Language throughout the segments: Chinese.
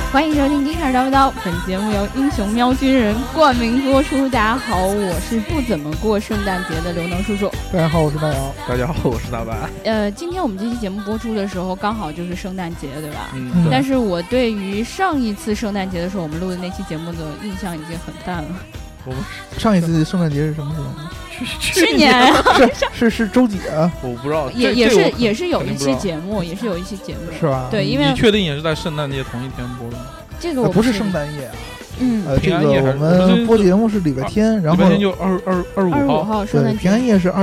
欢迎收听《金卡叨不叨》，本节目由英雄喵军人冠名播出。大家好，我是不怎么过圣诞节的刘能叔叔。 大家好，我是大姚。 大家好，我是大白。 今天我们这期节目播出的时候，刚好就是圣诞节，对吧？ 对。 但是我对于上一次圣诞节的时候，我们录的那期节目的印象已经很淡了。 我们上一次圣诞节是什么时候？ 去年是周几啊？ 我不知道， 也是有一期节目，也是有一期节目， 是吧？ 对，因为你确定也是在圣诞节同一天播的吗？ 这个我不是圣诞夜啊。 平安夜这个我们播节目是礼拜天，然后礼拜天就25号， 圣诞节平安夜是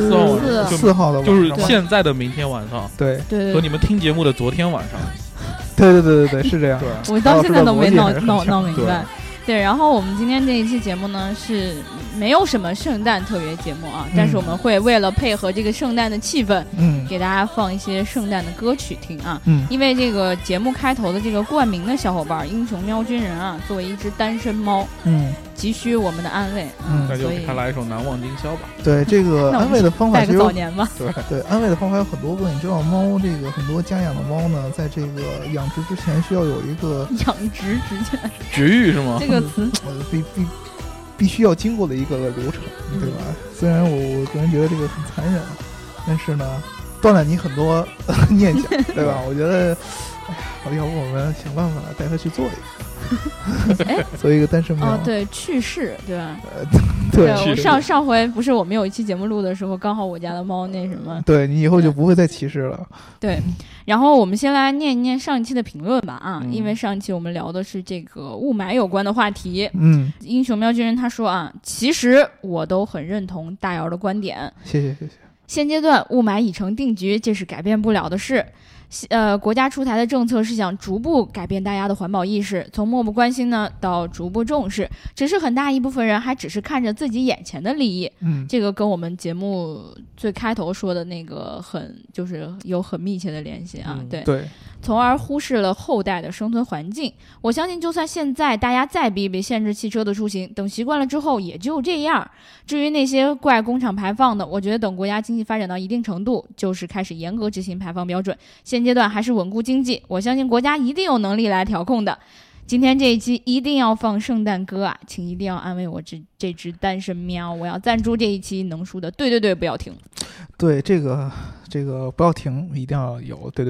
24号的晚上， 就是现在的明天晚上， 对， 和你们听节目的昨天晚上， 对，是这样。 我到现在都没闹明白。对，然后我们今天这一期节目呢是没有什么圣诞特别节目啊，但是我们会为了配合这个圣诞的气氛，给大家放一些圣诞的歌曲听啊。因为这个节目开头的这个冠名的小伙伴英雄喵军人啊，作为一只单身猫，急需我们的安慰， 那就给他来一首《难忘今宵》吧。 对，这个安慰的方法拜个早年吧。 对，安慰的方法有很多个。你知道猫这个很多家养的猫呢，在这个养殖之前需要有一个养殖之前绝育是吗？ 这个词必须要经过的一个流程，对吧？虽然我个人觉得这个很残忍，但是呢，锻炼你很多念想，对吧？我觉得，要不我们想办法带它去做一个。做一个单身猫对，去世，对吧？ 对， 我上回不是我们有一期节目录的时候，刚好我家的猫那什么， 对你以后就不会再歧视了。 对，然后我们先来念一念上一期的评论吧啊，因为上一期我们聊的是这个雾霾有关的话题。英雄喵军人他说啊，其实我都很认同大姚的观点。 谢谢。 现阶段雾霾已成定局，这是改变不了的事。国家出台的政策是想逐步改变大家的环保意识，从漠不关心呢到逐步重视，只是很大一部分人还只是看着自己眼前的利益。这个跟我们节目最开头说的那个就是有很密切的联系啊。对，从而忽视了后代的生存环境。我相信就算现在大家再逼限制汽车的出行，等习惯了之后也就这样。至于那些怪工厂排放的，我觉得等国家经济发展到一定程度，就是开始严格执行排放标准。现阶段还是稳固经济，我相信国家一定有能力来调控的。今天这一期一定要放圣诞歌啊，请一定要安慰我这只单身喵，我要赞助这一期能输的。对，不要停。 对，这个不要停，一定要有。对，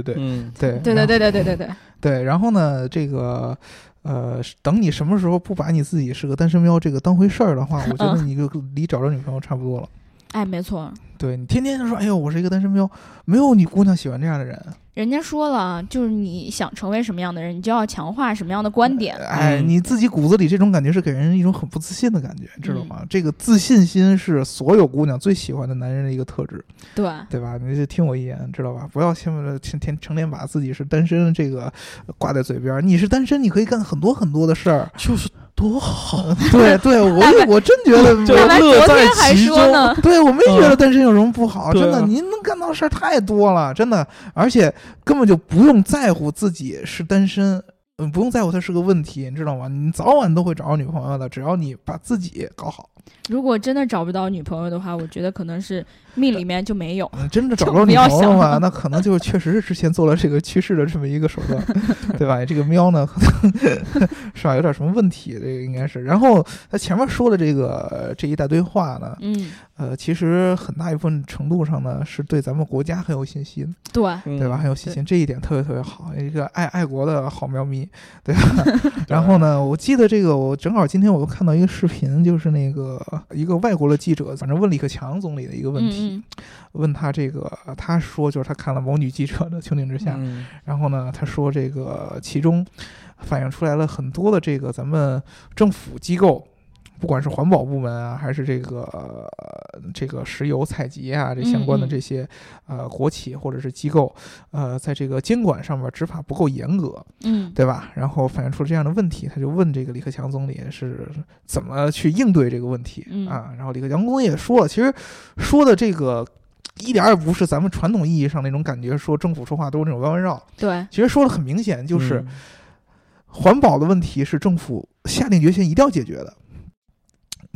对。然后呢，这个等你什么时候不把你自己是个单身喵这个当回事儿的话，我觉得你就离找着女朋友差不多了。 没错。 对，你天天就说，哎呦，我是一个单身喵，没有女姑娘喜欢这样的人。 人家说了，就是你想成为什么样的人，你就要强化什么样的观点。 你自己骨子里这种感觉是给人一种很不自信的感觉，知道吗？这个自信心是所有姑娘最喜欢的男人的一个特质，对吧？你就听我一言，知道吧？不要成天把自己是单身这个挂在嘴边。你是单身，你可以干很多很多的事儿， 就是多好。 对，我真觉得乐在其中。 对，我没觉得单身有什么不好，真的，您能干到事儿太多了，真的，而且根本就不用在乎自己是单身，不用在乎它是个问题，你知道吗？你早晚都会找到女朋友的，只要你把自己搞好。 如果真的找不到女朋友的话，我觉得可能是命里面就没有。 真的找不到女朋友的话，那可能就是确实是之前做了这个趋势的这么一个手段，对吧？这个喵呢，可能是吧，有点什么问题，这个应该是。然后他前面说的这一大堆话呢，其实很大一部分程度上呢，是对咱们国家很有信心，对吧？很有信心，这一点特别特别好，一个爱国的好喵咪，对吧？然后呢，我记得我正好今天我又看到一个视频，就是那个一个外国的记者，反正问李克强总理的一个问题，问他他说就是他看了某女记者的穹顶之下，然后呢，他说其中反映出来了很多的咱们政府机构。不管是环保部门啊，还是这个石油采集啊，这相关的这些国企或者是机构，在这个监管上面执法不够严格，对吧？然后反映出这样的问题，他就问这个李克强总理是怎么去应对这个问题啊？然后李克强总理也说了，其实说的这个一点也不是咱们传统意义上那种感觉，说政府说话都是那种弯弯绕。对，其实说的很明显，就是环保的问题是政府下定决心一定要解决的。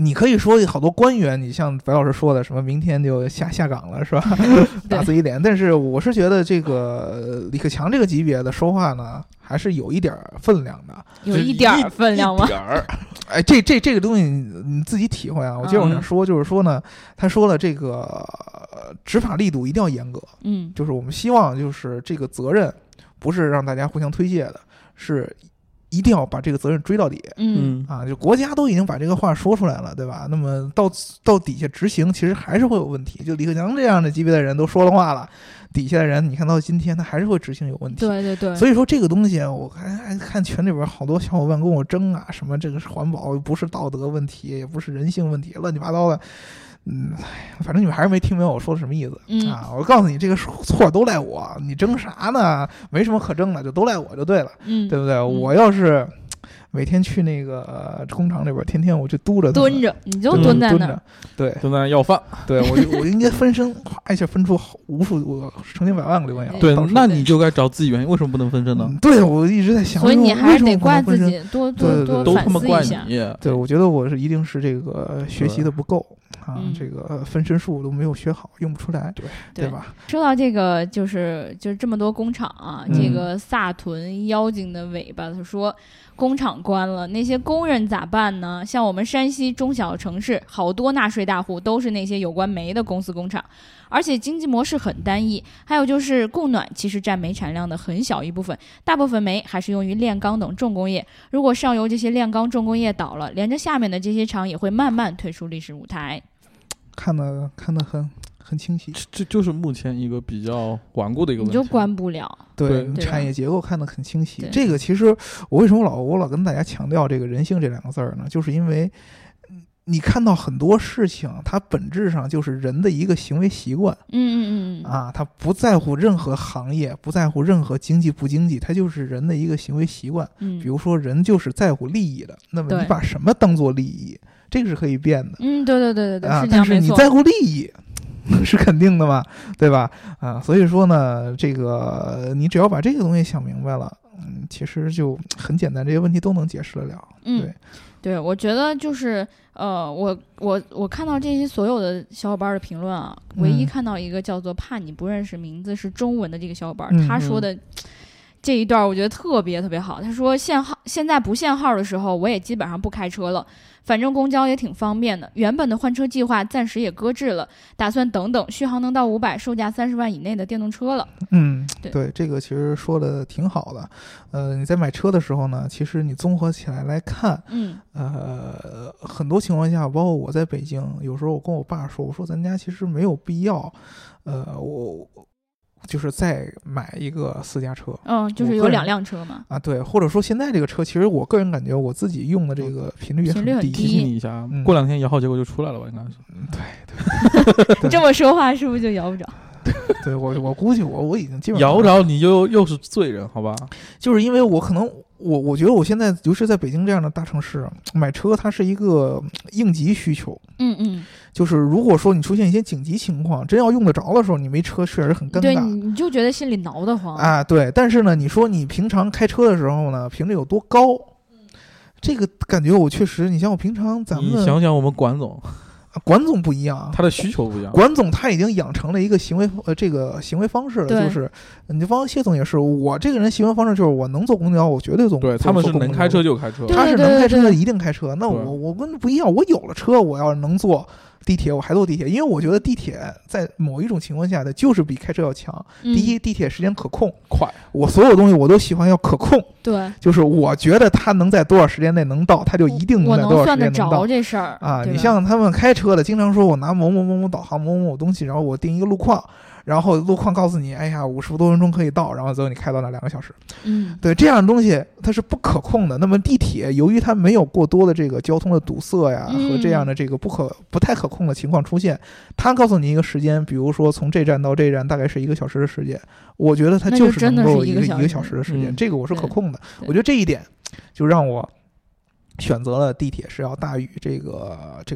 你可以说好多官员，你像白老师说的，什么明天就下岗了，是吧？打自己脸。但是我是觉得这个李克强这个级别的说话呢，还是有一点分量的。 有一点分量吗？ 哎，这个东西你自己体会啊。我接着往下说，就是说呢，他说了这个执法力度一定要严格。就是我们希望就是这个责任不是让大家互相推卸的，是一定要把这个责任追到底。就国家都已经把这个话说出来了，对吧？那么到底下执行，其实还是会有问题。就李克强这样的级别的人都说了话了，底下的人你看到今天他还是会执行有问题。 对。所以说这个东西，我还看群里边好多小伙伴跟我争啊，什么这个是环保，不是道德问题，也不是人性问题，乱七八糟的。反正你们还是没听明白我说的什么意思我告诉你，这个错都赖我，你争啥呢？没什么可争的，就都赖我就对了，对不对？我要是每天去那个工厂里边，天天我就蹲着， 你就蹲在那儿， 对， 蹲在那儿要饭， 对我应该分身，咵一下分出无数成千百万个刘文瑶。 对，那你就该找自己原因，为什么不能分身呢？ 对，我一直在想， 所以你还是得怪自己，多反思一下。 对，我觉得我一定是这个学习的不够。这个分身术都没有学好，用不出来，对吧？ 说到这个，就是这么多工厂啊，这个萨屯妖精的尾巴，他说工厂关了，那些工人咋办呢？像我们山西中小城市，好多纳税大户都是那些有关煤的公司工厂，而且经济模式很单一。还有就是供暖其实占煤产量的很小一部分，大部分煤还是用于炼钢等重工业。如果上游这些炼钢重工业倒了，连着下面的这些厂也会慢慢退出历史舞台。 看得很清晰， 这就是目前一个比较顽固的一个问题， 你就关不了。 对，产业结构看得很清晰。这个其实我为什么我老跟大家强调这个人性这两个字呢？就是因为你看到很多事情，它本质上就是人的一个行为习惯。他不在乎任何行业，不在乎任何经济不经济，它就是人的一个行为习惯。比如说人就是在乎利益的，那么你把什么当做利益？这个是可以变的， 对， 但是你在乎利益是肯定的嘛，对吧？所以说呢，这个你只要把这个东西想明白了，其实就很简单，这些问题都能解释得了。 对，我觉得就是我看到这些所有的小伙伴的评论啊，唯一看到一个叫做怕你不认识名字是中文的这个小伙伴，他说的这一段我觉得特别特别好。他说现在不限号的时候，我也基本上不开车了，反正公交也挺方便的。原本的换车计划暂时也搁置了，打算等续航能到500，售价30万以内的电动车了。 对，这个其实说的挺好的。你在买车的时候呢，其实你综合起来看，很多情况下，包括我在北京，有时候我跟我爸说，我说咱家其实没有必要，我就是再买一个私家车， 就是有2辆车嘛。 对，或者说现在这个车，其实我个人感觉我自己用的这个频率也很低。 提醒你一下，过2天摇号结果就出来了吧？应该是。对， 这么说话是不是就摇不着？ 对，我估计我已经基本上摇不着，你又是罪人，好吧？ 就是因为我可能我觉得我现在尤其在北京这样的大城市，买车它是一个应急需求。就是如果说你出现一些紧急情况，真要用得着的时候，你没车确实很尴尬。 对，你就觉得心里挠得慌对，但是呢，你说你平常开车的时候呢，频率有多高？这个感觉我确实，你像我平常你想想我们管总不一样， 他的需求不一样。 管总他已经养成了一个行为方式了，就是你包括谢总也是，我这个人行为方式就是我能坐公交，我绝对坐公交。 对，他们是能开车就开车， 他是能开车的一定开车。那我跟不一样，我有了车，我要能坐地铁，我还坐地铁，因为我觉得地铁在某一种情况下的就是比开车要强。第一，地铁时间可控快， 我所有东西我都喜欢要可控。 对， 就是我觉得它能在多少时间内能到，它就一定能在多少时间能到。 我能算得着这事儿你像他们开车的，经常说我拿某某导航某某东西，然后我定一个路况。然后路况告诉你，哎呀，50多分钟可以到，然后最后你开到那2个小时。对，这样的东西它是不可控的。那么地铁由于它没有过多的这个交通的堵塞呀，和这样的这个不太可控的情况出现，它告诉你一个时间，比如说从这站到这站大概是1个小时的时间，我觉得它就是能够一个小时的时间，这个我是可控的。我觉得这一点就让我选择了地铁是要大于这个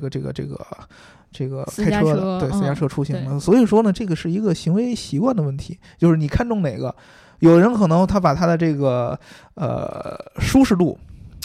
开车的，对，私家车出行的。所以说呢，这个是一个行为习惯的问题，就是你看中哪个，有人可能他把他的这个舒适度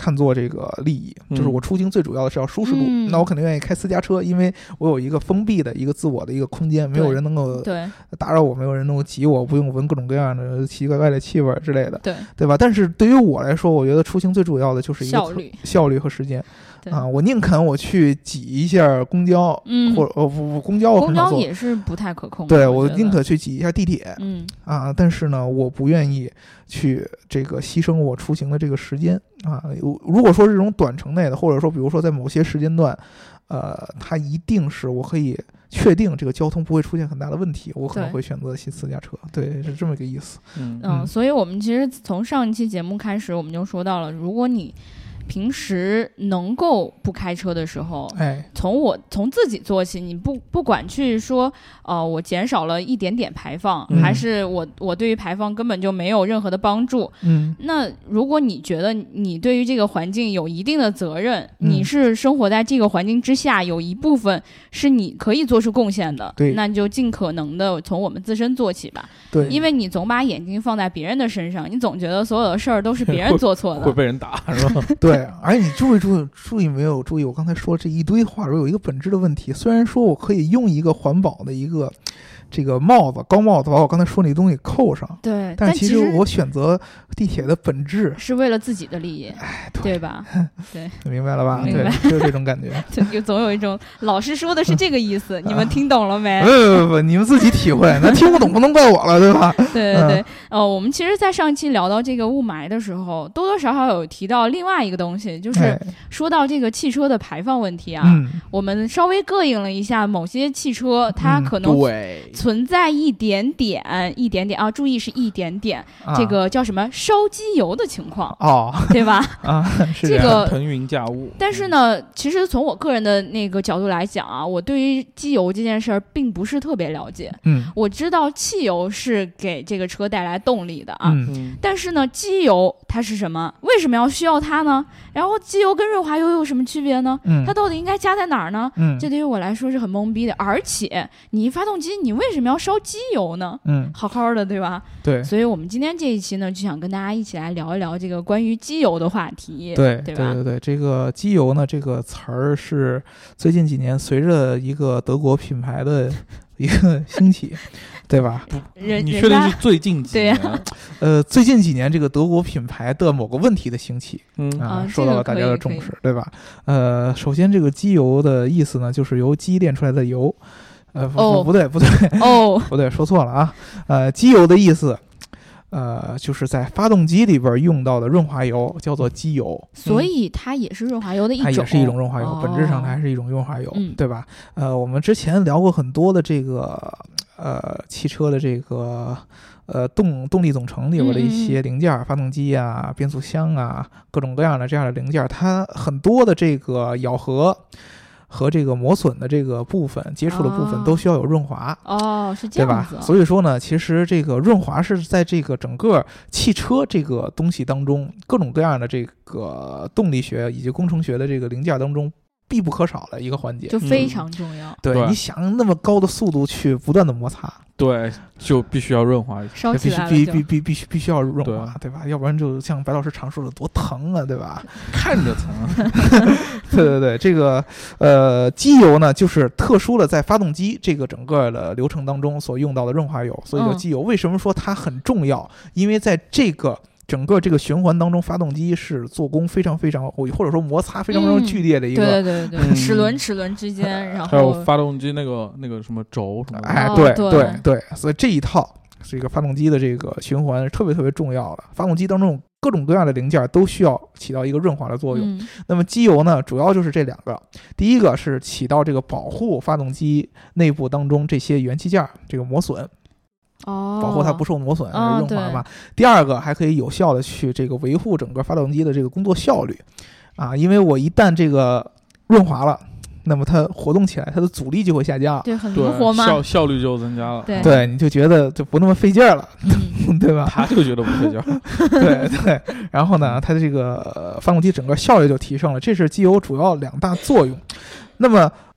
看作这个利益，就是我出行最主要的是要舒适度，那我肯定愿意开私家车，因为我有一个封闭的一个自我的一个空间，没有人能够打扰我，没有人能够挤我，不用闻各种各样的奇奇怪怪的气味之类的，对吧？但是对于我来说，我觉得出行最主要的就是一个效率和时间。我宁肯我去挤一下公交，或者公交我很少坐， 公交也是不太可控的。 对，我宁可去挤一下地铁，但是呢，我不愿意去这个牺牲我出行的这个时间啊。如果说这种短程内的，或者说比如说在某些时间段，它一定是我可以确定这个交通不会出现很大的问题，我可能会选择骑私家车。对，是这么个意思。 所以我们其实从上一期节目开始，我们就说到了，如果你平时能够不开车的时候，从自己做起，你不管去说我减少了一点点排放，还是我对于排放根本就没有任何的帮助，那如果你觉得你对于这个环境有一定的责任，你是生活在这个环境之下，有一部分是你可以做出贡献的，那你就尽可能的从我们自身做起吧。 对， 因为你总把眼睛放在别人的身上，你总觉得所有的事儿都是别人做错的， 会被人打是吧？ 对，而且你注意没有注意，我刚才说这一堆话有一个本质的问题。虽然说我可以用一个环保的一个这个高帽子把我刚才说那东西扣上， 对， 但其实我选择地铁的本质是为了自己的利益，对吧？对， 明白了吧？对，就是这种感觉。 就总有一种老师说的是这个意思，你们听懂了没？ 不，你们自己体会，那听不懂不能怪我了，对吧？ 对，我们其实，在上一期聊到这个雾霾的时候，多多少少有提到另外一个东西，就是说到这个汽车的排放问题啊，我们稍微膈应了一下某些汽车，它可能存在一点点啊，注意是一点点，这个叫什么烧机油的情况对吧？ 是这个腾云驾雾。 但是呢，其实从我个人的那个角度来讲啊，我对于机油这件事儿并不是特别了解。我知道汽油是给这个车带来动力的啊，但是呢，机油它是什么？为什么要需要它呢？然后机油跟润滑油有什么区别呢？它到底应该加在哪儿呢？这对于我来说是很懵逼的。而且你发动机，你为什么要烧机油呢？好好的，对吧？ 对， 所以我们今天这一期呢，就想跟大家一起来聊一聊这个关于机油的话题。 对吧？ 对，这个机油呢，这个词儿是最近几年随着一个德国品牌的一个兴起，对吧？ 你确定是最近几年？ 最近几年这个德国品牌的某个问题的兴起，受到了大家的重视，对吧？首先这个机油的意思呢，就是由鸡炼出来的油。不对，不对，说错了啊。机油的意思，就是在发动机里边用到的润滑油叫做机油， 所以它也是润滑油的一种， 它也是一种润滑油，本质上它还是一种润滑油，对吧？我们之前聊过很多的这个汽车的这个动力总成里边的一些零件，发动机啊、变速箱啊，各种各样的这样的零件，它很多的这个咬合和这个磨损的这个部分接触的部分都需要有润滑是这样子， 对吧？所以说呢，其实这个润滑是在这个整个汽车这个东西当中，各种各样的这个动力学以及工程学的这个零件当中必不可少的一个环节， 就非常重要。 对，你想那么高的速度去不断的摩擦，对， 就必须要润滑， 烧起来了必须要润滑，对吧？要不然就像白老师常说的多疼啊，对吧？ 看着疼。 对，这个机油呢，就是特殊的在发动机这个整个的流程当中所用到的润滑油，所以叫机油。为什么说它很重要？因为在这个整个这个循环当中，发动机是做工非常非常，或者说摩擦非常非常剧烈的一个， 对，齿轮之间，然后还有发动机那个什么轴什么的，对，所以这一套这个发动机的这个循环是特别特别重要的。发动机当中各种各样的零件都需要起到一个润滑的作用。那么机油呢，主要就是这两个，第一个是起到这个保护发动机内部当中这些元器件这个磨损。保护它不受磨损，润滑嘛。第二个还可以有效的去这个维护整个发动机的这个工作效率，因为我一旦这个润滑了，那么它活动起来，它的阻力就会下降， 对，很灵活嘛， 效率就增加了， 对，你就觉得就不那么费劲了，对吧？ 他就觉得不费劲， 对。然后呢，它的这个发动机整个效率就提升了，这是机油主要两大作用。那么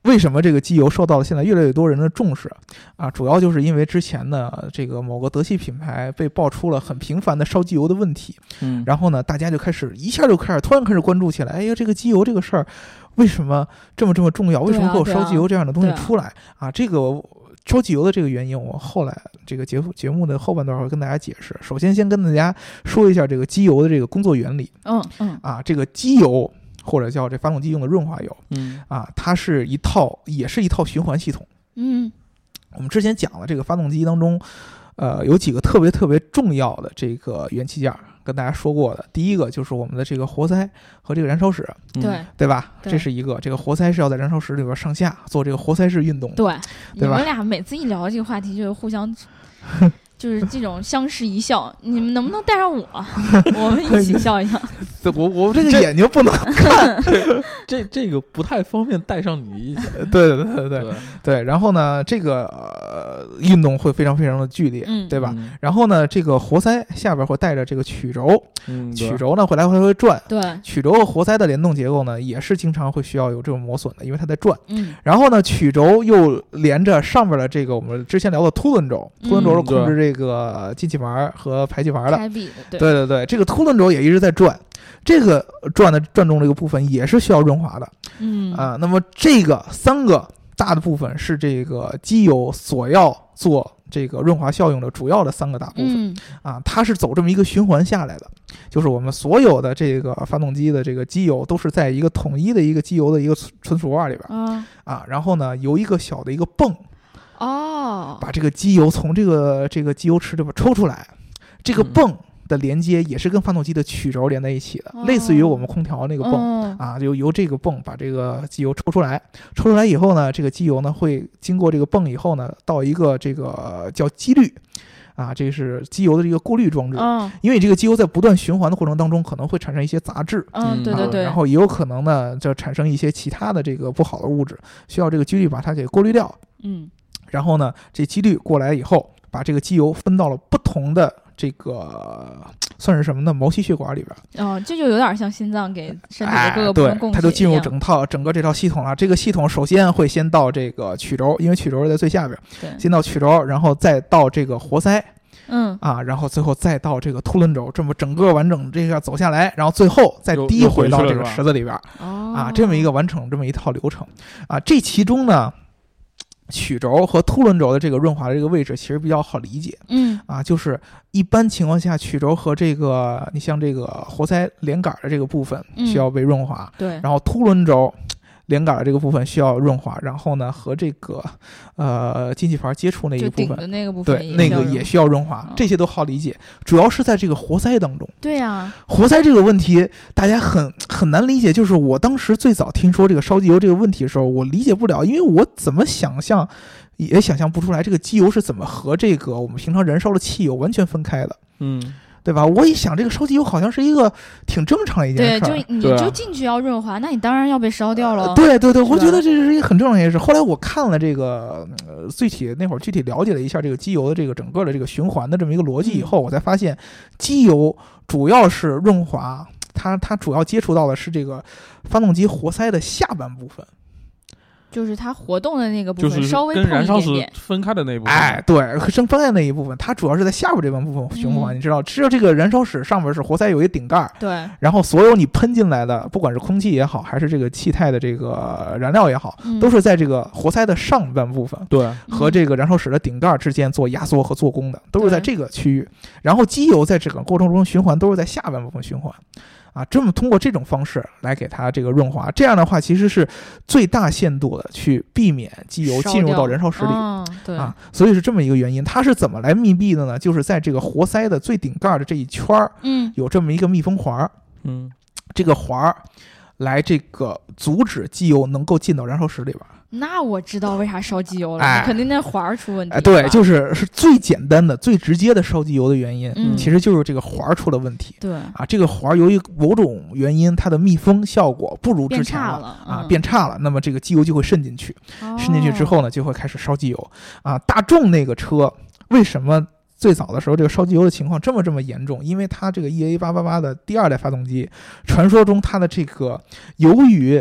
为什么这个机油受到了现在越来越多人的重视啊？主要就是因为之前呢，这个某个德系品牌被爆出了很频繁的烧机油的问题，然后呢，大家就一下就突然开始关注起来，哎呀，这个机油这个事儿为什么这么重要？为什么会有烧机油这样的东西出来啊？这个烧机油的这个原因，我后来这个节目的后半段会跟大家解释。首先跟大家说一下这个机油的这个工作原理。这个机油或者叫这发动机用的润滑油，它是也是一套循环系统。我们之前讲了，这个发动机当中，有几个特别重要的这个元器件，跟大家说过的。第一个就是我们的这个活塞和这个燃烧室，对吧？这是一个，这个活塞是要在燃烧室里边上下做这个活塞式运动，对吧？ 你们俩每次一聊这个话题，就互相就是这种相视一笑，你们能不能带上我们一起笑一笑？ 我这个眼睛不能看， 这个不太方便带上你一起。 对。然后呢，这个运动会非常的剧烈，对吧？然后呢，这个活塞下边会带着这个曲轴，曲轴呢会来回转， 对。 曲轴和活塞的联动结构呢，也是经常会需要有这种磨损的，因为它在转。然后呢，曲轴又连着上面的这个我们之前聊的凸轮轴，凸轮轴是控制这个进气阀和排气阀的，对，这个凸轮轴也一直在转，这个转动这个部分也是需要润滑的，那么这个3个大的部分是这个机油所要做这个润滑效用的主要的3个大部分，它是走这么一个循环下来的，就是我们所有的这个发动机的这个机油都是在一个统一的一个机油的一个存储罐里边，然后呢由一个小的一个泵。把这个机油从这个机油池里边抽出来，这个泵的连接也是跟发动机的曲轴连在一起的，类似于我们空调那个泵，就由这个泵把这个机油抽出来以后呢，这个机油呢会经过这个泵以后呢，到一个这个叫机滤。这是机油的这个过滤装置，因为这个机油在不断循环的过程当中，可能会产生一些杂质， 对， 然后也有可能呢，就产生一些其他的这个不好的物质，需要这个机滤把它给过滤掉，然后呢，这机滤过来以后，把这个机油分到了不同的这个算是什么呢？毛细血管里边。 这就有点像心脏给身体的各个部分供血， 它就进入整个这套系统了。这个系统首先会先到这个曲轴，因为曲轴在最下边，先到曲轴，然后再到这个活塞。然后最后再到这个凸轮轴，这么整个完整这个走下来，然后最后再滴回到这个池子里边，这么一个完整这么一套流程，这其中呢，曲轴和凸轮轴的这个润滑的这个位置其实比较好理解，就是一般情况下曲轴和这个你像这个活塞连杆的这个部分需要被润滑， 对， 然后凸轮轴连杆的这个部分需要润滑，然后呢和这个进气阀接触那一部分，对，那个也需要润滑，这些都好理解，主要是在这个活塞当中。 对呀， 活塞这个问题大家很难理解，就是我当时最早听说这个烧机油这个问题的时候，我理解不了，因为我怎么想象也想象不出来这个机油是怎么和这个我们平常燃烧的汽油完全分开的。对吧？我一想，这个烧机油好像是一个挺正常的一件事。 对，就你就进去要润滑，那你当然要被烧掉了。 对，我觉得这是一个很正常的一件事。后来我看了这个具体了解了一下这个机油的这个整个的这个循环的这么一个逻辑以后，我才发现机油主要是润滑，它主要接触到的是这个发动机活塞的下半部分。 就是它活动的那个部分， 就是稍微跟燃烧室分开的那一部分。 对，分开的那一部分，它主要是在下边这半部分循环。你知道，只有这个燃烧室上边是活塞有一顶盖， 对， 然后所有你喷进来的，不管是空气也好，还是这个气态的这个燃料也好，都是在这个活塞的上半部分， 对， 和这个燃烧室的顶盖之间做压缩和做功的，都是在这个区域。然后机油在整个过程中循环都是在下半部分循环。这么通过这种方式来给它这个润滑，这样的话其实是最大限度的去避免机油进入到燃烧室里。 对所以是这么一个原因。它是怎么来密闭的呢？就是在这个活塞的最顶盖的这一圈有这么一个密封环，这个环来这个阻止机油能够进到燃烧室里边。 那我知道为啥烧机油了，肯定那环出问题。 对，就是最简单的、最直接的烧机油的原因，其实就是这个环出了问题。 对这个环由于某种原因，它的密封效果不如之前变差了。那么这个机油就会渗进去，渗进去之后呢，就会开始烧机油。大众那个车为什么最早的时候这个烧机油的情况这么严重？因为它这个 EA888的第2代发动机，传说中它的这个由于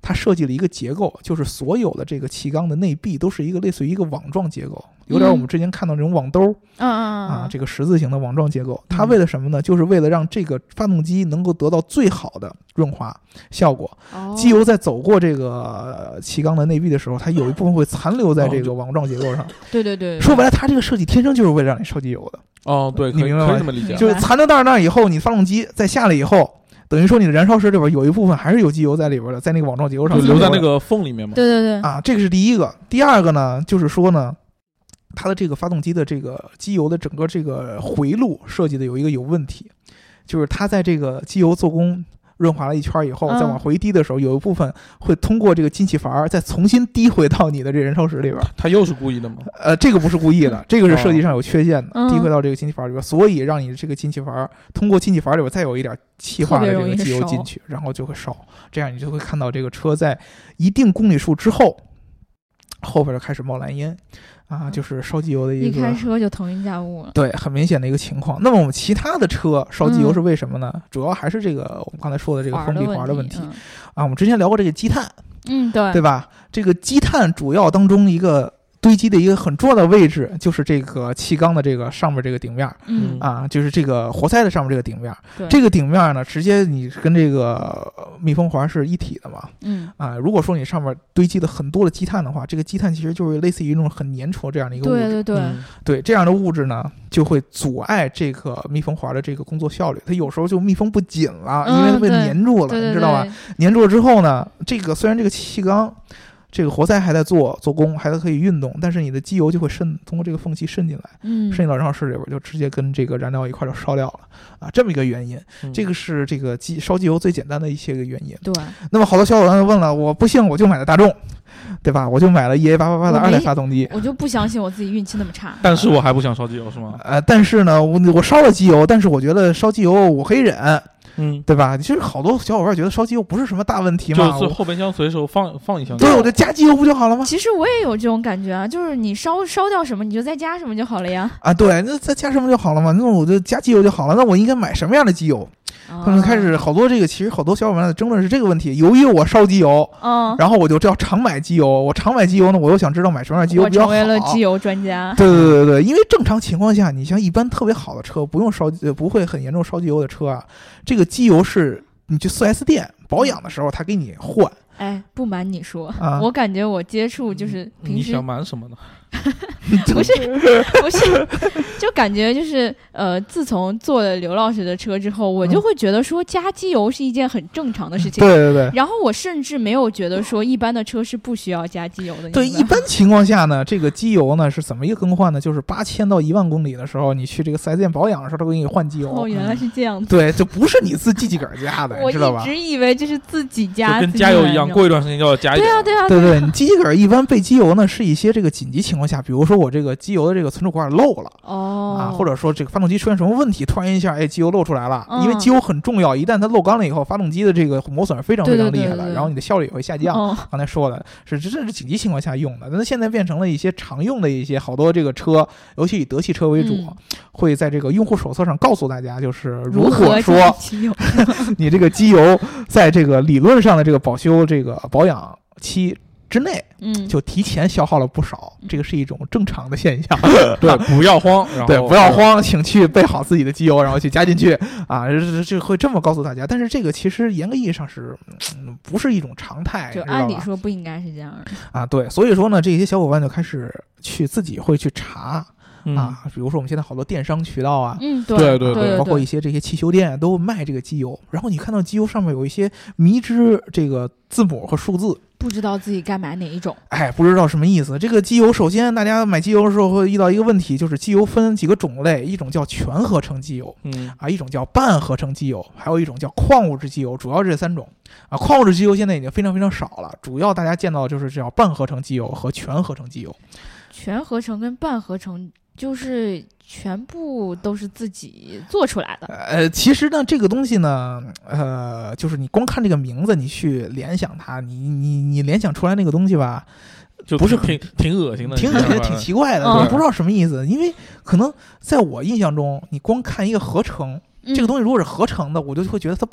它设计了一个结构，就是所有的这个气缸的内壁都是一个类似于一个网状结构，有点我们之前看到这种网兜这个十字形的网状结构。它为了什么呢？就是为了让这个发动机能够得到最好的润滑效果。机油在走过这个气缸的内壁的时候，它有一部分会残留在这个网状结构上。 对， 说白了，它这个设计天生就是为了让你烧机油的。 对， 你明白吗？ 可以这么理解， 就是残留到那儿以后，你发动机再下来以后，等于说你的燃烧室里边有一部分还是有机油在里边的，在那个网状结构上留在那个缝里面嘛。 对这个是第一个。第二个呢，就是说呢，它的这个发动机的这个机油的整个这个回路设计的有一个有问题，就是它在这个机油做工润滑了一圈以后，再往回滴的时候，有一部分会通过这个进气阀再重新滴回到你的这燃烧室里边。 它又是故意的吗？ 这个不是故意的，这个是设计上有缺陷的，滴回到这个进气阀里边，所以让你这个进气阀通过进气阀里边再有一点气化的这个机油进去，然后就会烧。这样你就会看到这个车在一定公里数之后，后边就开始冒蓝烟。就是烧机油的一开车就腾云驾雾了， 对，很明显的一个情况。那么我们其他的车烧机油是为什么呢？主要还是这个我们刚才说的这个封闭环的问题。我们之前聊过这个积碳，对吧？这个积碳主要当中一个堆积的一个很重要的位置就是这个气缸的这个上面这个顶面，就是这个活塞的上面这个顶面。这个顶面呢，直接你跟这个密封环是一体的嘛。如果说你上面堆积了很多的积碳的话，这个积碳其实就是类似于一种很粘稠这样的一个物质。对，这样的物质呢，就会阻碍这个密封环的这个工作效率。它有时候就密封不紧了，因为它被粘住了，你知道吧？粘住了之后呢，这个虽然这个气缸这个活塞还在做工，还可以运动，但是你的机油就会通过这个缝隙渗进来，渗进到燃烧室里边，就直接跟这个燃料一块就烧掉了这么一个原因。这个是这个烧机油最简单的一些个原因。 对。 那么好多小伙伴就问了，我不信我就买了大众，对吧？我就买了 EA888的2代发动机， 我就不相信我自己运气那么差。 但是我还不想烧机油是吗？ 但是呢，我烧了机油，但是我觉得烧机油我可以忍。对吧？其实好多小伙伴觉得烧机油不是什么大问题嘛， 就是后备箱随手放一箱。 对，我就加机油不就好了吗？ 其实我也有这种感觉啊，就是你烧掉什么，你就再加什么就好了呀。 对，那再加什么就好了嘛？那我就加机油就好了。那我应该买什么样的机油？他们开始好多其实好多小伙伴的争论是这个问题。由于我烧机油，然后我就要常买机油。我常买机油呢，我又想知道买什么样的机油比较好。 我成为了机油专家。 对，因为正常情况下，你像一般特别好的车，不会很严重烧机油的车这个机油是你去 4S 店保养的时候，他给你换。 不瞒你说，我感觉我接触就是平时你想瞒什么呢？ 不是，就感觉就是自从坐了刘老师的车之后，我就会觉得说加机油是一件很正常的事情。 对。 然后我甚至没有觉得说一般的车是不需要加机油的。 对，一般情况下呢，这个机油呢是怎么一个更换呢？就是8000到1万公里的时候，你去这个 4S 店保养的时候，他给你换机油。 原来是这样子。 对，就不是你自己个儿加的，你知道吧？ 我一直以为这是自己加， 就跟加油一样，过一段时间就要加一点。 对，你机个儿一般备机油呢，是一些这个紧急情况下，比如说我这个机油的这个存储管漏了，或者说这个发动机出现什么问题，突然一下机油漏出来了，因为机油很重要，一旦它漏缸了以后，发动机的这个磨损是非常非常厉害的，然后你的效率也会下降。刚才说的是这是紧急情况下用的，那现在变成了一些常用的一些好多这个车，尤其以德系车为主，会在这个用户手册上告诉大家，就是如果说你这个机油在这个理论上的这个保修这个保养期之内，就提前消耗了不少，这个是一种正常的现象。 对，不要慌， 对，不要慌，请去备好自己的机油，然后去加进去这会这么告诉大家。但是这个其实严格意义上是不是一种常态， 就按理说不应该是这样的对，所以说呢，这些小伙伴就开始自己会去查。比如说我们现在好多电商渠道对， 包括一些这些汽修店都卖这个机油，然后你看到机油上面有一些迷之这个字母和数字， 不知道自己该买哪一种， 不知道什么意思。这个机油首先大家买机油的时候会遇到一个问题，就是机油分几个种类，一种叫全合成机油，一种叫半合成机油，还有一种叫矿物质机油，主要这3种矿物质机油现在已经非常非常少了，主要大家见到的就是叫半合成机油和全合成机油。 全合成跟半合成就是全部都是自己做出来的。 其实呢，这个东西呢，就是你光看这个名字，你去联想它，你联想出来那个东西吧， 就不是挺恶心的， 挺恶心的，挺奇怪的，你不知道什么意思。因为可能在我印象中，你光看一个合成，这个东西如果是合成的，我就会觉得它不好。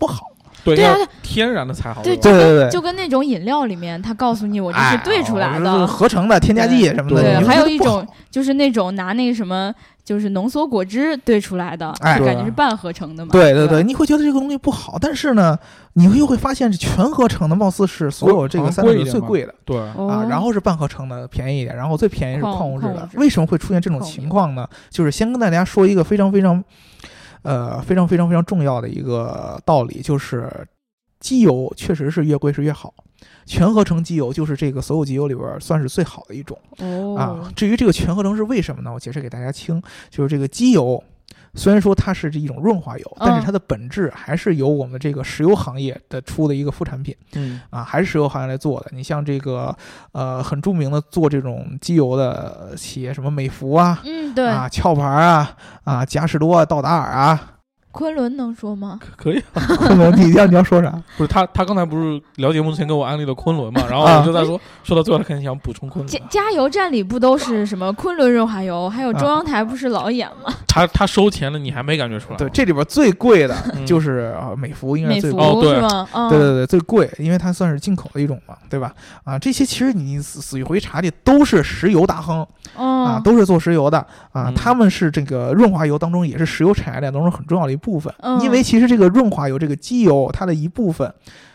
对对啊， 天然的才好。 对对， 就跟那种饮料里面，他告诉你我这是兑出来的， 合成的添加剂什么的。 对，还有一种就是那种拿那个什么，就是浓缩果汁兑出来的，感觉是半合成的嘛。 对，你会觉得这个东西不好，但是呢，你又会发现全合成的貌似是所有这个三种最贵的， 对啊，然后是半合成的便宜一点，然后最便宜是矿物质的。为什么会出现这种情况呢？就是先跟大家说一个非常重要的一个道理，就是机油确实是越贵是越好。全合成机油就是这个所有机油里边算是最好的一种至于这个全合成是为什么呢？我解释给大家听，就是这个机油虽然说它是一种润滑油，但是它的本质还是由我们这个石油行业的出的一个副产品，还是石油行业来做的。你像这个很著名的做这种机油的企业，什么美孚啊， 对啊，壳牌啊，嘉实多啊，道达尔啊。 昆仑能说吗？ 可以啊， 昆仑，你要说啥？ 不是他刚才不是聊节目之前跟我安利了昆仑嘛，然后我就在说到最后，他肯定想补充昆仑。 加油站里不都是什么昆仑润滑油，还有中央台不是老演吗？ 他收钱了，你还没感觉出来？ 对，这里边最贵的就是美孚，应该是最贵是吗？ 对，最贵，因为它算是进口的一种嘛，对吧？这些其实你仔细回查去都是石油大亨都是做石油的他们是这个润滑油当中也是石油产业链当中很重要的一部分，因为其实这个润滑油这个机油它的一部分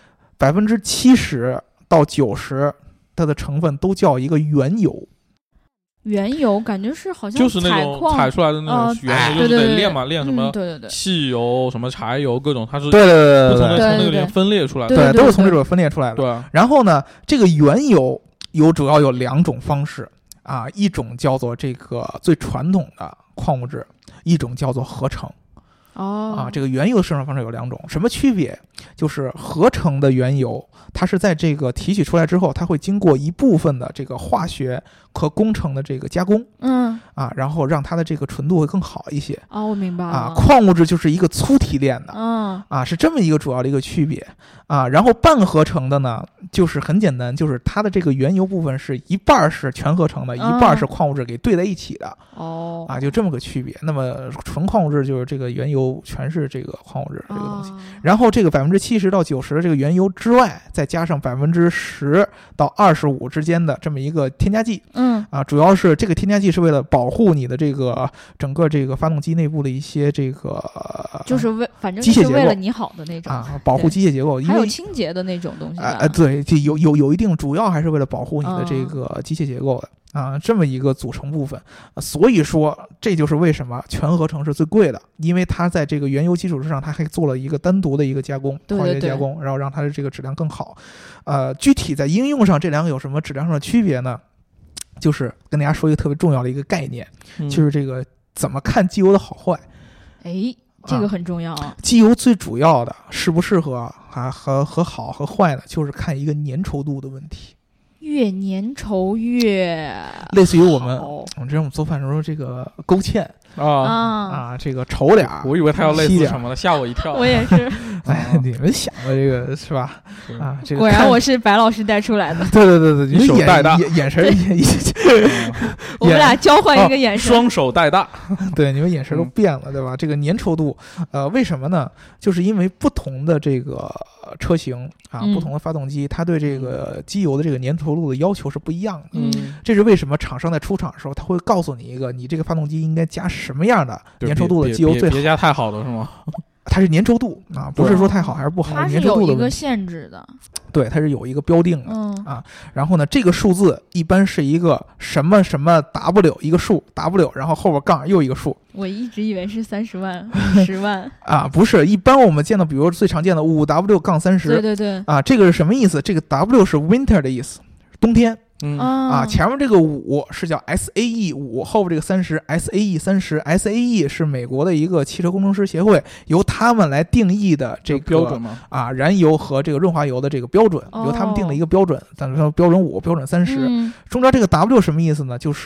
70%到90%它的成分都叫一个原油。 原油感觉是好像就是那种采出来的那种原油，就是得炼嘛，炼什么汽油、什么柴油各种，它是不同的从那个里面分裂出来的， 对，都是从这种分裂出来的。 对， 然后呢，这个原油主要有2种方式一种叫做这个最传统的矿物质，一种叫做合成。这个原油的生产方式有2种，什么区别？就是合成的原油，它是在这个提取出来之后，它会经过一部分的这个化学和工程的这个加工，然后让它的这个纯度会更好一些。 我明白了。 矿物质就是一个粗提炼的，是这么一个主要的一个区别然后半合成的呢，就是很简单，就是它的这个原油部分是一半是全合成的，一半是矿物质给兑在一起的。就这么个区别。那么纯矿物质就是这个原油全是这个矿物质这个东西，然后这个70%到90%的这个原油之外，再加上10%到25%之间的这么一个添加剂。主要是这个添加剂是为了保护你的这个整个这个发动机内部的一些这个， 就是反正是为了你好的那种保护机械结构， 还有清洁的那种东西。 对，就有一定，主要还是为了保护你的这个机械结构的。这么一个组成部分，所以说这就是为什么全合成是最贵的，因为它在这个原油基础之上，它还做了一个单独的一个加工，化学加工，然后让它的这个质量更好。具体在应用上，这2个有什么质量上的区别呢？就是跟大家说一个特别重要的一个概念，就是这个怎么看机油的好坏。 这个很重要机油最主要的适不适合和好和坏呢，就是看一个粘稠度的问题。 越粘稠越类似于我们这种做饭的时候，这个勾芡这个稠点， 我以为他要类似什么的，吓我一跳。 我也是。 你们想的这个是吧？这个果然我是白老师带出来的。 对， 你手带大， 眼神我们俩交换一个眼神， 双手带大。 对，你们眼神都变了，对吧？这个粘稠度，为什么呢？就是因为不同的这个车型不同的发动机，它对这个机油的这个粘稠度的要求是不一样的。这是为什么厂商在出厂的时候，他会告诉你一个，你这个发动机应该加什么样的粘稠度的机油最好。 别加太好的是吗？ 它是粘稠度不是说太好还是不好， 它是有一个限制的。 对，它是有一个标定的然后呢，这个数字一般是一个什么什么 W 一个数 W， 然后后边杠又一个数。 我一直以为是30万、10万不是，一般我们见到，比如最常见的5W 杠30， 对这个是什么意思？这个 W 是 winter 的意思，冬天。前面这个5是叫 SAE 5，后边这个30 SAE 30，SAE 是美国的一个汽车工程师协会，由他们来定义的这个标准吗？ 燃油和这个润滑油的这个标准，由他们定了一个标准，咱们说标准5、标准30。中间这个 W 什么意思呢？就是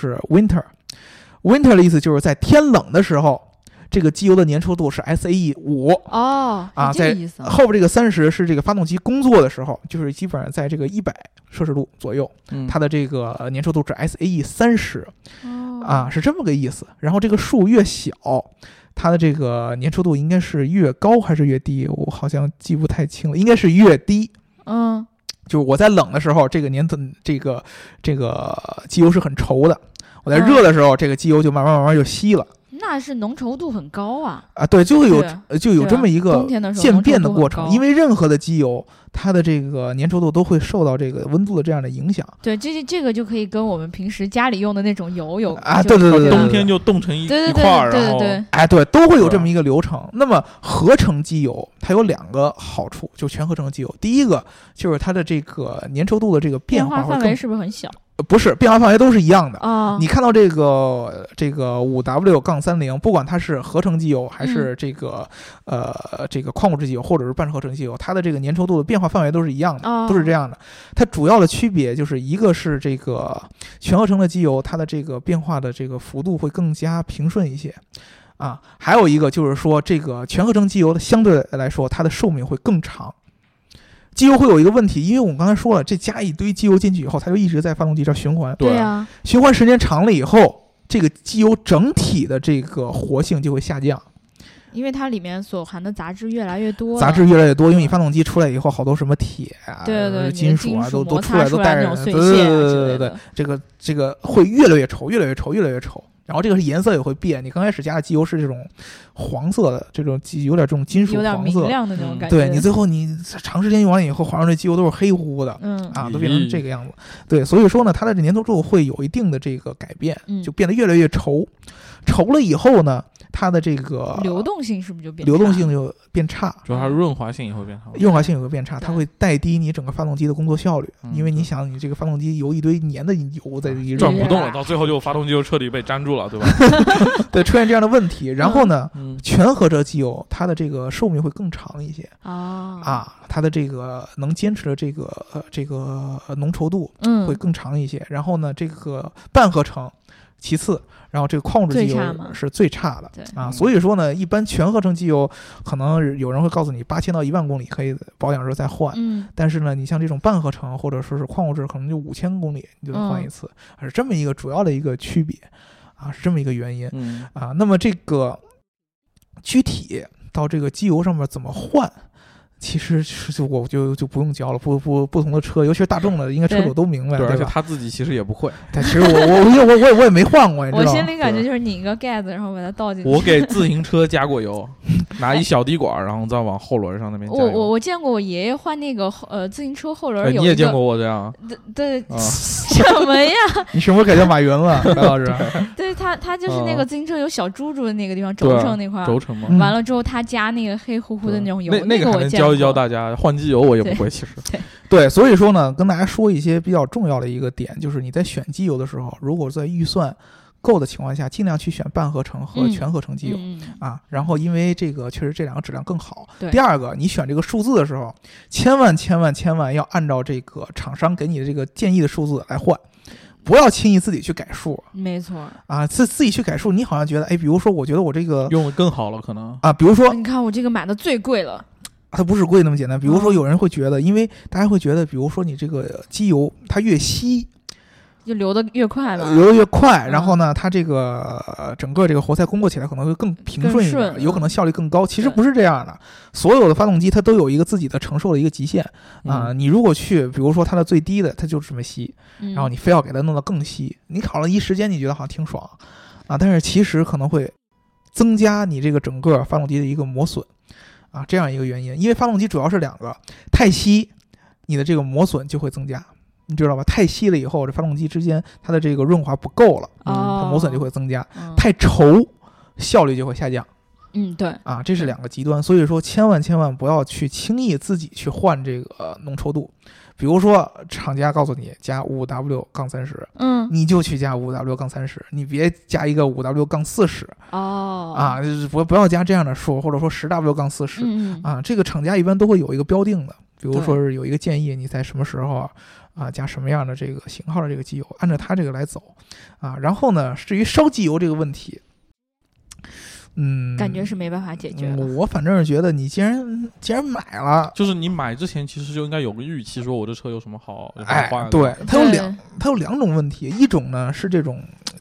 winter 的意思就是在天冷的时候，这个机油的粘稠度是 SAE 5 这个意思。 后边这个30是这个发动机工作的时候，就是基本上在这个100摄氏度左右，它的这个粘稠度是 SAE 30。 是这么个意思。然后这个数越小，它的这个粘稠度应该是越高还是越低？我好像记不太清了，应该是越低。就是我在冷的时候，这个机油是很稠的；我在热的时候，这个机油就慢慢就稀了。 那是浓稠度很高啊！ 对，就有这么一个渐变的过程，因为任何的机油，它的这个粘稠度都会受到这个温度的这样的影响。 对，这个就可以跟我们平时家里用的那种油有对， 冬天就冻成一块儿，然后对，都会有这么一个流程。那么合成机油它有2个好处，就全合成机油，第一个就是它的这个粘稠度的这个变化范围是不是很小？ 不是，变化范围都是一样的。你看到这个 5W-30，不管它是合成机油还是这个矿物质机油或者是半合成机油，它的这个粘稠度的变化范围都是一样的，都是这样的。它主要的区别就是一个是这个全合成的机油，它的这个变化的这个幅度会更加平顺一些。还有一个就是说，这个全合成机油的相对来说，它的寿命会更长。机油会有一个问题，因为我们刚才说了，这加一堆机油进去以后，它就一直在发动机这循环。 对啊， 循环时间长了以后，这个机油整体的这个活性就会下降， 因为它里面所含的杂质越来越多。 因为你发动机出来以后，好多什么铁啊、金属啊，都出来，都带着碎屑。 对，这个会越来越稠。然后这个是颜色也会变，你刚开始加的机油是这种黄色的，这种有点这种金属黄色， 有点明亮的那种感觉。 对，你最后你长时间用完以后，好像这机油都是黑乎乎的，都变成这个样子。对，所以说呢，它的这粘稠度会有一定的这个改变，就变得越来越稠。稠了以后呢，它的这个流动性是不是就变差？ 流动性就变差， 主要它润滑性也会变差。它会带低你整个发动机的工作效率，因为你想，你这个发动机有一堆粘的油在这里转不动了，到最后就发动机就彻底被粘住了，对吧？ 对，出现这样的问题。然后呢，全合成机油它的这个寿命会更长一些它的这个能坚持的这个浓稠度会更长一些。然后呢，这个半合成其次，然后这个矿物质机油是最差的所以说呢，一般全合成机油可能有人会告诉你8000到1万公里可以保养时候再换，但是呢，你像这种半合成或者说是矿物质，可能就5000公里你就得换一次，是这么一个主要的一个区别是这么一个原因那么这个具体到这个机油上面怎么换？其实我就不用教了，不同的车，尤其是大众的，应该车主都明白，对吧？ 而且他自己其实也不会。 但其实我也没换过，你知道吗？ 我心里感觉就是拧一个盖子，然后把它倒进去。 我给自行车加过油，拿一小滴管，然后再往后轮上那边加油。 我见过我爷爷换那个自行车后轮有一个。 你也见过我这样？ 对，什么呀？ 你什么改叫马云了，白老师？ 对他就是那个自行车有小珠珠的那个地方，轴承那块。 轴承嘛。 完了之后，他加那个黑乎乎的那种油， 那个我见过。教大家换机油，我也不会。其实对，所以说呢，跟大家说一些比较重要的一个点，就是你在选机油的时候，如果在预算够的情况下，尽量去选半合成和全合成机油然后因为这个确实这两个质量更好。第二个，你选这个数字的时候，千万要按照这个厂商给你的这个建议的数字来换。不要轻易自己去改数， 没错自己去改数，你好像觉得，比如说，我觉得我这个用的更好了，可能比如说， 你看我这个买的最贵了。 它不是贵那么简单。比如说，有人会觉得，因为大家会觉得，比如说你这个机油它越稀， 就流得越快了， 然后呢，它这个整个这个活塞工作起来可能会更平顺一点，有可能效率更高。其实不是这样的，所有的发动机它都有一个自己的承受的一个极限你如果去，比如说它的最低的，它就这么稀，然后你非要给它弄到更稀，你烤了一时间，你觉得好像挺爽但是其实可能会增加你这个整个发动机的一个磨损这样一个原因。因为发动机主要是两个，太稀，你的这个磨损就会增加。你知道吧？太稀了以后，这发动机之间它的这个润滑不够了，它磨损就会增加。太稠，效率就会下降。 对这是两个极端。所以说，千万不要去轻易自己去换这个浓稠度。比如说，厂家告诉你加 5W-30，你就去加 5W-30，你别加一个 5W-40。不要加这样的数，或者说 10W-40。这个厂家一般都会有一个标定的，比如说是有一个建议，你在什么时候加什么样的这个型号的这个机油，按照它这个来走然后呢，至于烧机油这个问题， 感觉是没办法解决的。 我反正是觉得，你既然买了， 就是你买之前其实就应该有个预期，说我这车有什么好换。 对，它有两种问题，一种呢是这种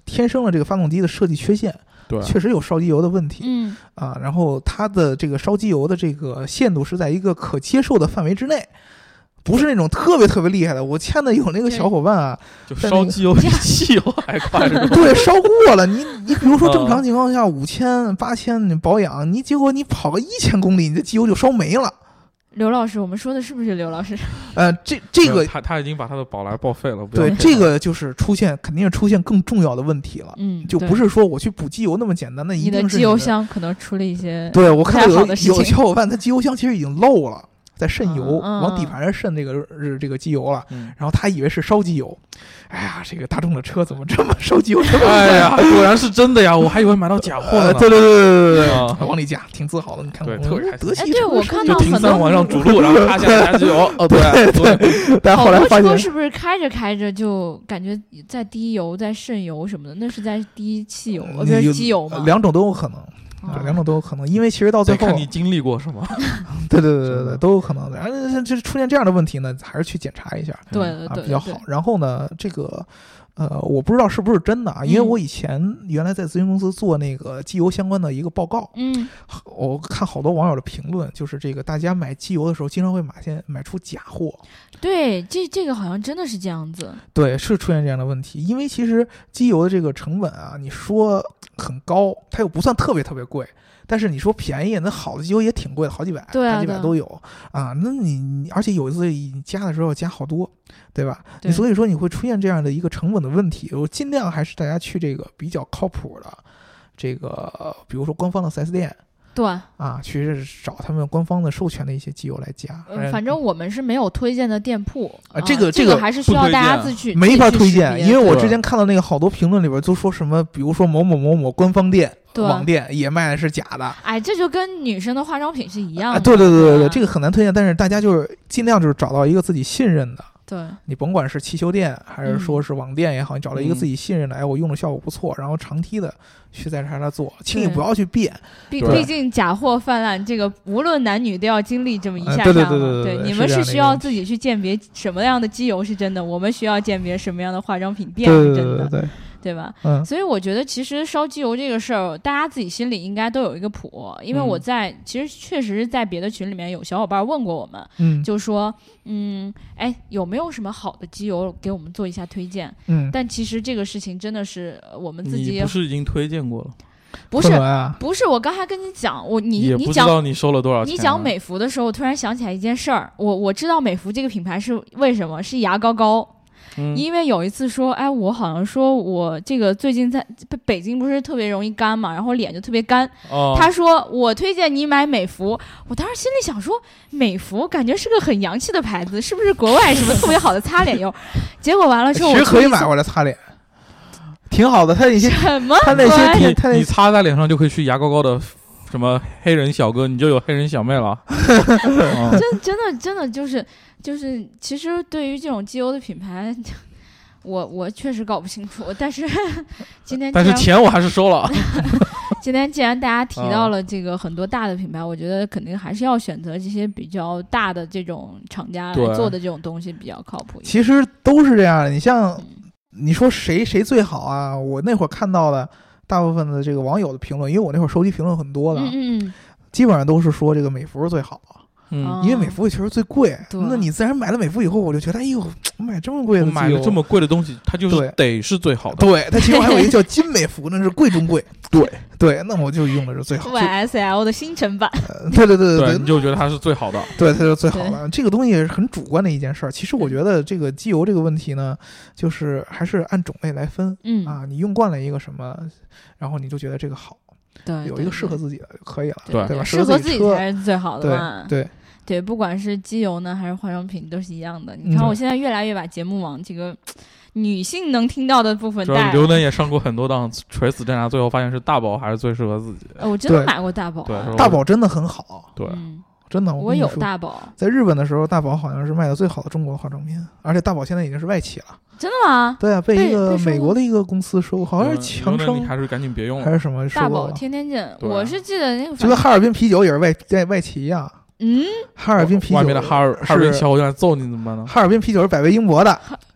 天生的这个发动机的设计缺陷， 对， 确实有烧机油的问题，然后它的这个烧机油的这个限度是在一个可接受的范围之内。不是那种特别特别厉害的，我见的有那个小伙伴啊， 就烧机油比汽油还快， 对，烧过了。你比如说正常情况下5000、8000你保养，结果你跑个1000公里，你的机油就烧没了。 刘老师，我们说的是不是刘老师？ 这个他已经把他的宝来报废了。 对，这个就是肯定是出现更重要的问题了。就不是说我去补机油那么简单，那一定是你的机油箱可能出了一些对我看到有小伙伴他机油箱其实已经漏了。在渗油，往底盘上渗这个机油了，然后他以为是烧机油。哎呀，这个大众的车怎么这么烧机油？ 哎呀，果然是真的呀！我还以为买到假货呢。 对，往里加，挺自豪的。你看， 对，特别得戚。 对，我看到很多停3往上主路，然后他下加机油。 对。但后来发现， 是不是开着就感觉在滴油、在渗油什么的？那是在滴汽油，不是机油吗？ 两种都有可能。两种都有可能，因为其实到最后看你经历过什么， 对，都有可能的。然后就是出现这样的问题呢，还是去检查一下， 对， 比较好。然后呢，这个我不知道是不是真的啊，因为我以前原来在咨询公司做那个机油相关的一个报告，我看好多网友的评论，就是这个大家买机油的时候经常会买出假货。 对，这个好像真的是这样子。 对，是出现这样的问题，因为其实机油的这个成本啊，你说很高，它又不算特别特别贵，但是你说便宜，那好的机油也挺贵的，好几百都有啊。那你而且有一次你加的时候加好多，对吧？所以说你会出现这样的一个成本的问题。我尽量还是大家去这个比较靠谱的这个，比如说官方的 4S 店。 对啊，去找他们官方的授权的一些机油来加。 反正我们是没有推荐的店铺啊，这个还是需要大家自己没法推荐，因为我之前看到那个好多评论里边都说什么，比如说某某某某官方店、网店也卖的是假的。 哎，这就跟女生的化妆品是一样的。 对，这个很难推荐，但是大家就是尽量就是找到一个自己信任的。 对， 你甭管是汽修店还是说是网店也好，你找到一个自己信任的，我用的效果不错，然后长期的去在这做，轻易不要去变。 毕竟假货泛滥，这个无论男女都要经历这么一下。 对， 你们是需要自己去鉴别什么样的机油是真的，我们需要鉴别什么样的化妆品店是真的。对吧？所以我觉得其实烧机油这个事儿，大家自己心里应该都有一个谱。因为我其实确实在别的群里面有小伙伴问过我们，就说有没有什么好的机油给我们做一下推荐？但其实这个事情真的是我们自己你不是已经推荐过了？ 不是，我刚才跟你讲， 也不知道你收了多少钱。 你讲美孚的时候，我突然想起来一件事儿，我知道美孚这个品牌是为什么，是牙膏。因为有一次说，我好像说我这个最近在北京不是特别容易干嘛，然后脸就特别干。他说我推荐你买美孚，我当时心里想说，美孚感觉是个很洋气的牌子，是不是国外什么特别好的擦脸油？结果完了之后， 其实可以买回来擦脸，挺好的。他那些什么？ 他那些你擦在脸上就可以去牙膏的。什么黑人小哥，你就有黑人小妹了。 真的就是，其实对于这种机油的品牌，我确实搞不清楚。但是但是钱我还是收了。 今天既然大家提到了这个很多大的品牌，我觉得肯定还是要选择这些比较大的这种厂家来做的这种东西比较靠谱。 其实都是这样的。你像你说谁最好啊？我那会儿看到的。大部分的这个网友的评论，因为我那会儿收集评论很多的，基本上都是说这个美孚是最好，因为美孚确实最贵。那你自然买了美孚以后，我就觉得，哎呦，买这么贵的机油， 买了这么贵的东西，它就是得是最好的。 对，它其中还有一个叫金美孚，那是贵中贵。对，那我就用的是最好的 YSL 的新城版。 对， 你就觉得它是最好的。 对，它就是最好的。这个东西也是很主观的一件事儿。其实我觉得这个机油这个问题呢，就是还是按种类来分。你用惯了一个什么，然后你就觉得这个好，有一个适合自己的就可以了，对吧？ 适合自己才是最好的嘛。 对， 不管是机油呢还是化妆品都是一样的。你看我现在越来越把节目往这个女性能听到的部分带。 刘能也上过很多档垂死挣扎，最后发现是大宝还是最适合自己。 我真的买过大宝， 大宝真的很好。 对， 真的， 我有大宝。 在日本的时候，大宝好像是卖的最好的中国化妆品，而且大宝现在已经是外企了。 真的吗？ 对啊，被一个美国的一个公司收购，好像是强生， 你还是赶紧别用了， 还是什么大宝天天见。我是记得那个， 就跟哈尔滨啤酒也是外企一样。哈尔滨啤酒外面的哈尔滨小伙伴揍你怎么办呢？ 哈尔滨啤酒是百威英博的。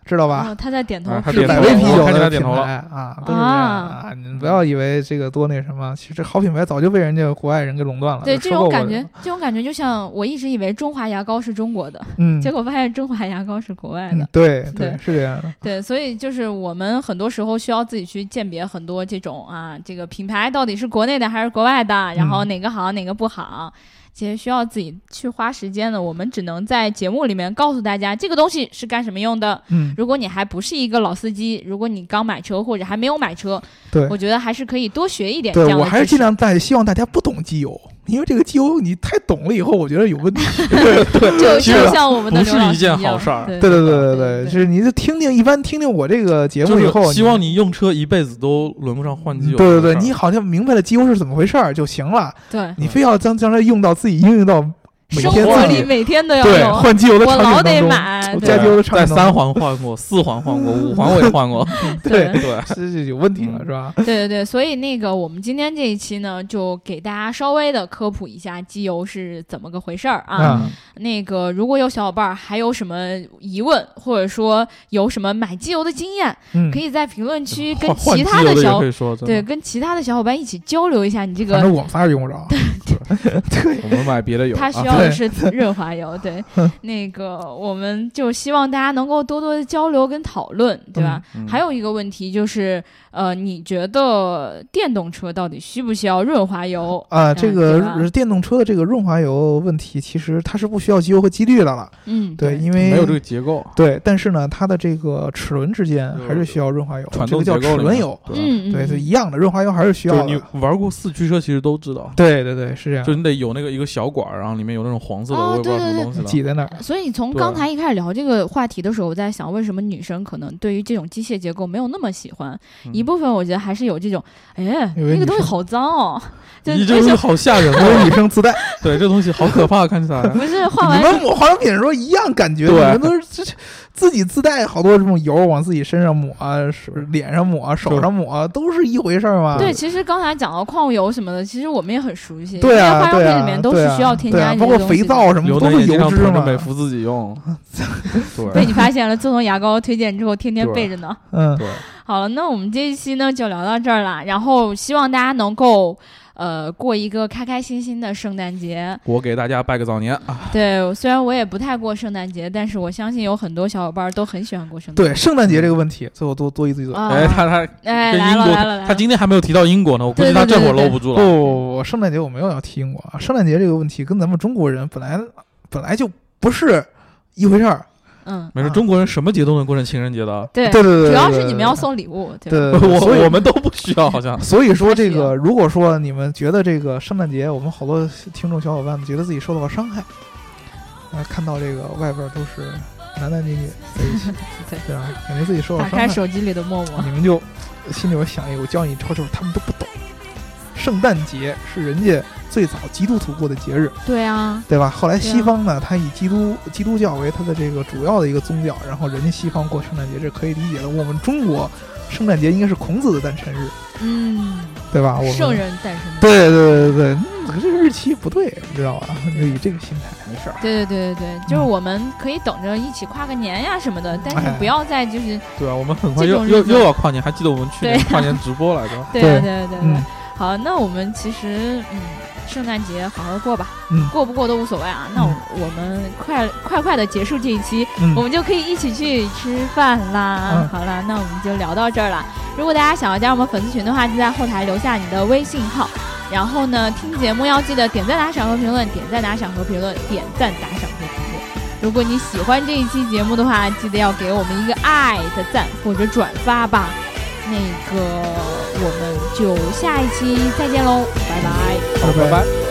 知道吧？ 他在点头， 是百威啤酒的品牌啊，都是这样啊！你不要以为这个多那什么，其实好品牌早就被人家国外人给垄断了。 对，这种感觉就像我一直以为中华牙膏是中国的，结果发现中华牙膏是国外的。 对，是这样的。 对，所以就是我们很多时候需要自己去鉴别很多这种这个品牌到底是国内的还是国外的，然后哪个好哪个不好。其实需要自己去花时间的，我们只能在节目里面告诉大家这个东西是干什么用的。如果你还不是一个老司机，如果你刚买车或者还没有买车， 对， 我觉得还是可以多学一点。 对，我还是尽量希望大家不懂机油，因为这个机油你太懂了以后，我觉得有问题。 对，就像我们的不是一件好事儿。 对， 就是你就一般听听我这个节目以后， 希望你用车一辈子都轮不上换机油。 对，你好像明白了机油是怎么回事儿就行了。 对， 你非要将来用到自己应用到生活里每天都要用，对，换机油的我老得买， 加机油的在3环换过，4环换过，5环我也换过。 对，是有问题了，是吧？ 对，所以我们今天这一期呢，就给大家稍微的科普一下机油是怎么个回事儿啊。如果有小伙伴还有什么疑问，或者说有什么买机油的经验，可以在评论区跟其他的跟其他的小伙伴一起交流一下。你这个， 反正我们仨是用不着。 对，我们买别的油， 他需要的是润滑油。对，我们就希望大家能够多多的交流跟讨论，对吧？还有一个问题就是，你觉得电动车到底需不需要润滑油啊？这个电动车的这个润滑油问题，其实它是不需要机油和机滤的了。对，因为没有这个结构。 对，但是呢，它的这个齿轮之间还是需要润滑油，这个叫齿轮油。对，是一样的，润滑油还是需要的。 你玩过四驱车，其实都知道。 对，是这样。 就你得有一个小管，然后里面有那种黄色的，我也不知道什么东西了， 挤在那儿。 所以从刚才一开始聊这个话题的时候，我在想，为什么女生可能对于这种机械结构没有那么喜欢？一部分我觉得还是有这种，那个东西好脏哦， 这东西好吓人， 因为女生自带。 对，这东西好可怕，看起来。 不是换完你们抹化妆品的时候一样感觉，你们都是自己自带好多这种油往自己身上抹啊，脸上抹啊，手上抹啊，都是一回事嘛。 对，其实刚才讲到矿物油什么的，其实我们也很熟悉。 对啊， 化妆品里面都是需要添加包括肥皂什么都是油脂嘛， 美肤自己用。对， 被你发现了，自从牙膏推荐之后，天天备着呢。 对。 好了，那我们这一期呢就聊到这儿了，然后希望大家能够过一个开开心心的圣诞节。 我给大家拜个早年啊！ 对，虽然我也不太过圣诞节，但是我相信有很多小伙伴都很喜欢过圣诞节。 对，圣诞节这个问题，最后多一嘴。 他跟英国，他今天还没有提到英国呢，我估计他这会儿搂不住了。 不，圣诞节我没有要提英国啊。圣诞节这个问题跟咱们中国人本来就不是一回事儿。 没事，中国人什么节都能过成情人节的。 对，主要是你们要送礼物， 对， 我们都不需要，好像。 所以说这个，如果说你们觉得这个圣诞节，我们好多听众小伙伴们觉得自己受到了伤害，看到这个外边都是男女女在一起，对吧？感觉自己受到伤害。 打开手机里的陌陌， 你们就心里边想一个，我教你抄，就是他们都不懂。圣诞节是人家最早基督徒过的节日， 对啊， 对吧？后来西方呢，它以基督教为它的这个主要的一个宗教，然后人家西方过圣诞节，这可以理解的。我们中国圣诞节应该是孔子的诞辰日，对吧？我们圣人诞生。 对，可是这个日期不对，你知道吧？就以这个心态，没事儿。 对，就是我们可以等着一起跨个年呀什么的，但是不要再就是对啊，我们很快又要跨年，还记得我们去年跨年直播来着？ 对。好，那我们其实圣诞节好好过吧，过不过都无所谓啊。那我们快的结束这一期，我们就可以一起去吃饭啦。好了，那我们就聊到这儿了。如果大家想要加入我们粉丝群的话，就在后台留下你的微信号。然后呢，听节目要记得点赞、打赏和评论，点赞、打赏和评论，点赞、打赏和评论。如果你喜欢这一期节目的话，记得要给我们一个爱的赞或者转发吧。我们就下一期再见喽，拜拜， 拜拜。